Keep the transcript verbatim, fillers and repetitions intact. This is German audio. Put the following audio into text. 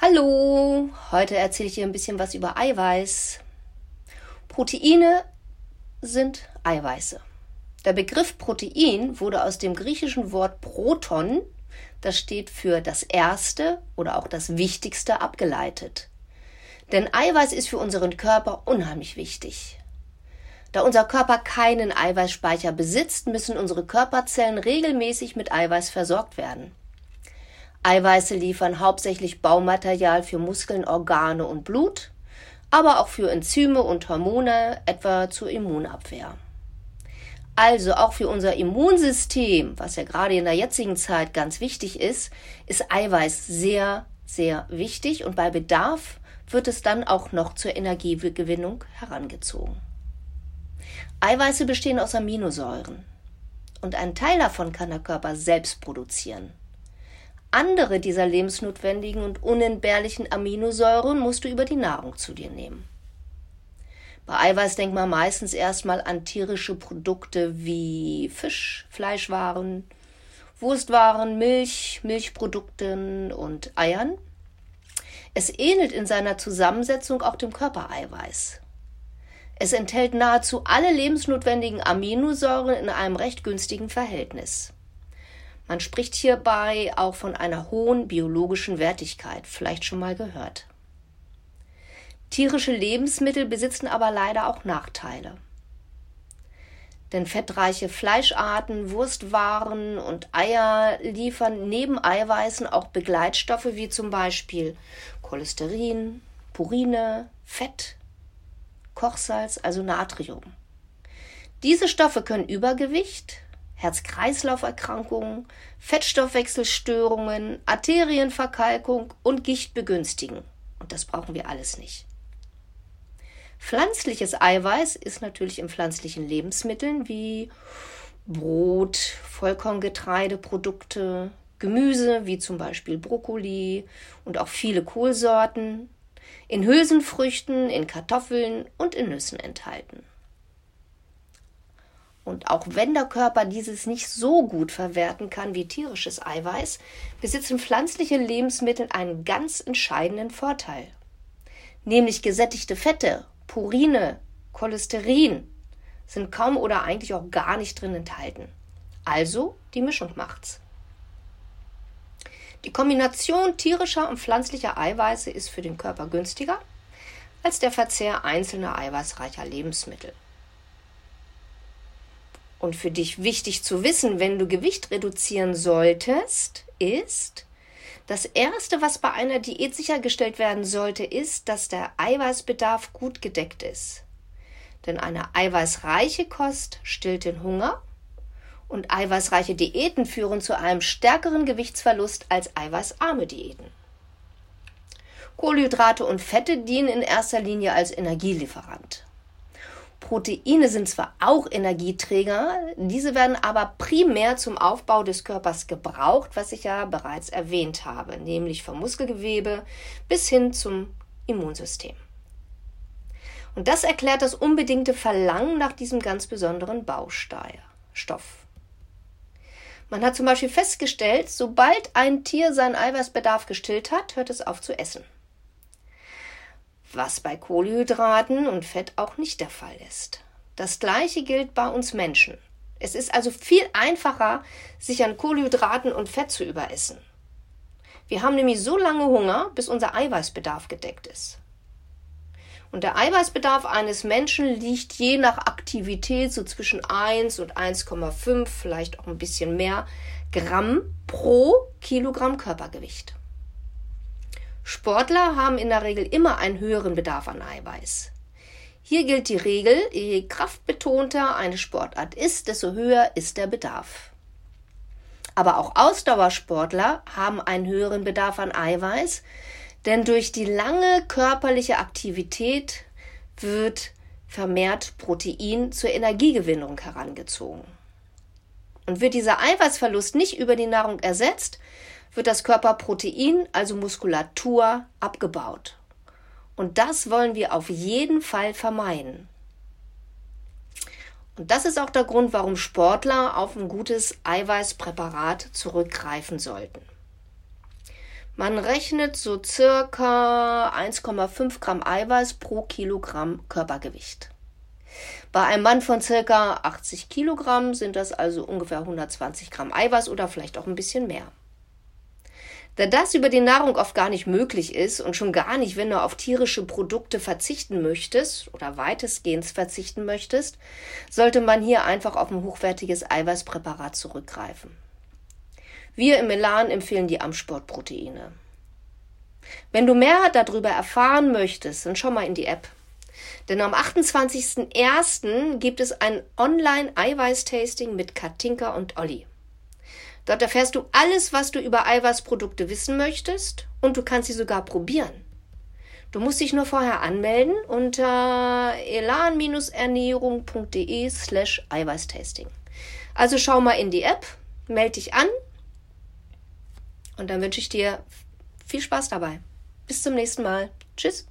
Hallo, heute erzähle ich dir ein bisschen was über Eiweiß. Proteine sind Eiweiße. Der Begriff Protein wurde aus dem griechischen Wort Proton, das steht für das Erste oder auch das Wichtigste, abgeleitet. Denn Eiweiß ist für unseren Körper unheimlich wichtig. Da unser Körper keinen Eiweißspeicher besitzt, müssen unsere Körperzellen regelmäßig mit Eiweiß versorgt werden. Eiweiße liefern hauptsächlich Baumaterial für Muskeln, Organe und Blut, aber auch für Enzyme und Hormone, etwa zur Immunabwehr. Also auch für unser Immunsystem, was ja gerade in der jetzigen Zeit ganz wichtig ist, ist Eiweiß sehr, sehr wichtig und bei Bedarf wird es dann auch noch zur Energiegewinnung herangezogen. Eiweiße bestehen aus Aminosäuren und einen Teil davon kann der Körper selbst produzieren. Andere dieser lebensnotwendigen und unentbehrlichen Aminosäuren musst du über die Nahrung zu dir nehmen. Bei Eiweiß denkt man meistens erstmal an tierische Produkte wie Fisch, Fleischwaren, Wurstwaren, Milch, Milchprodukten und Eiern. Es ähnelt in seiner Zusammensetzung auch dem Körpereiweiß. Es enthält nahezu alle lebensnotwendigen Aminosäuren in einem recht günstigen Verhältnis. Man spricht hierbei auch von einer hohen biologischen Wertigkeit, vielleicht schon mal gehört. Tierische Lebensmittel besitzen aber leider auch Nachteile. Denn fettreiche Fleischarten, Wurstwaren und Eier liefern neben Eiweißen auch Begleitstoffe wie zum Beispiel Cholesterin, Purine, Fett, Kochsalz, also Natrium. Diese Stoffe können Übergewicht, Herz-Kreislauf-Erkrankungen, Fettstoffwechselstörungen, Arterienverkalkung und Gicht begünstigen. Und das brauchen wir alles nicht. Pflanzliches Eiweiß ist natürlich in pflanzlichen Lebensmitteln wie Brot, Vollkorngetreideprodukte, Gemüse wie zum Beispiel Brokkoli und auch viele Kohlsorten, in Hülsenfrüchten, in Kartoffeln und in Nüssen enthalten. Und auch wenn der Körper dieses nicht so gut verwerten kann wie tierisches Eiweiß, besitzen pflanzliche Lebensmittel einen ganz entscheidenden Vorteil. Nämlich gesättigte Fette, Purine, Cholesterin sind kaum oder eigentlich auch gar nicht drin enthalten. Also die Mischung macht's. Die Kombination tierischer und pflanzlicher Eiweiße ist für den Körper günstiger als der Verzehr einzelner eiweißreicher Lebensmittel. Und für dich wichtig zu wissen, wenn du Gewicht reduzieren solltest, ist, das Erste, was bei einer Diät sichergestellt werden sollte, ist, dass der Eiweißbedarf gut gedeckt ist. Denn eine eiweißreiche Kost stillt den Hunger und eiweißreiche Diäten führen zu einem stärkeren Gewichtsverlust als eiweißarme Diäten. Kohlenhydrate und Fette dienen in erster Linie als Energielieferant. Proteine sind zwar auch Energieträger, diese werden aber primär zum Aufbau des Körpers gebraucht, was ich ja bereits erwähnt habe, nämlich vom Muskelgewebe bis hin zum Immunsystem. Und das erklärt das unbedingte Verlangen nach diesem ganz besonderen Baustoff. Man hat zum Beispiel festgestellt, sobald ein Tier seinen Eiweißbedarf gestillt hat, hört es auf zu essen. Was bei Kohlenhydraten und Fett auch nicht der Fall ist. Das Gleiche gilt bei uns Menschen. Es ist also viel einfacher, sich an Kohlenhydraten und Fett zu überessen. Wir haben nämlich so lange Hunger, bis unser Eiweißbedarf gedeckt ist. Und der Eiweißbedarf eines Menschen liegt je nach Aktivität so zwischen eins und eins Komma fünf, vielleicht auch ein bisschen mehr Gramm pro Kilogramm Körpergewicht. Sportler haben in der Regel immer einen höheren Bedarf an Eiweiß. Hier gilt die Regel, je kraftbetonter eine Sportart ist, desto höher ist der Bedarf. Aber auch Ausdauersportler haben einen höheren Bedarf an Eiweiß, denn durch die lange körperliche Aktivität wird vermehrt Protein zur Energiegewinnung herangezogen. Und wird dieser Eiweißverlust nicht über die Nahrung ersetzt, wird das Körperprotein, also Muskulatur, abgebaut. Und das wollen wir auf jeden Fall vermeiden. Und das ist auch der Grund, warum Sportler auf ein gutes Eiweißpräparat zurückgreifen sollten. Man rechnet so circa eins Komma fünf Gramm Eiweiß pro Kilogramm Körpergewicht. Bei einem Mann von circa achtzig Kilogramm sind das also ungefähr hundertzwanzig Gramm Eiweiß oder vielleicht auch ein bisschen mehr. Da das über die Nahrung oft gar nicht möglich ist und schon gar nicht, wenn du auf tierische Produkte verzichten möchtest oder weitestgehend verzichten möchtest, sollte man hier einfach auf ein hochwertiges Eiweißpräparat zurückgreifen. Wir im Elan empfehlen die Amsport-Proteine. Wenn du mehr darüber erfahren möchtest, dann schau mal in die App. Denn am achtundzwanzigsten ersten gibt es ein Online-Eiweiß-Tasting mit Katinka und Olli. Dort erfährst du alles, was du über Eiweißprodukte wissen möchtest und du kannst sie sogar probieren. Du musst dich nur vorher anmelden unter elan-ernährung.de slash Eiweißtasting. Also schau mal in die App, melde dich an und dann wünsche ich dir viel Spaß dabei. Bis zum nächsten Mal. Tschüss.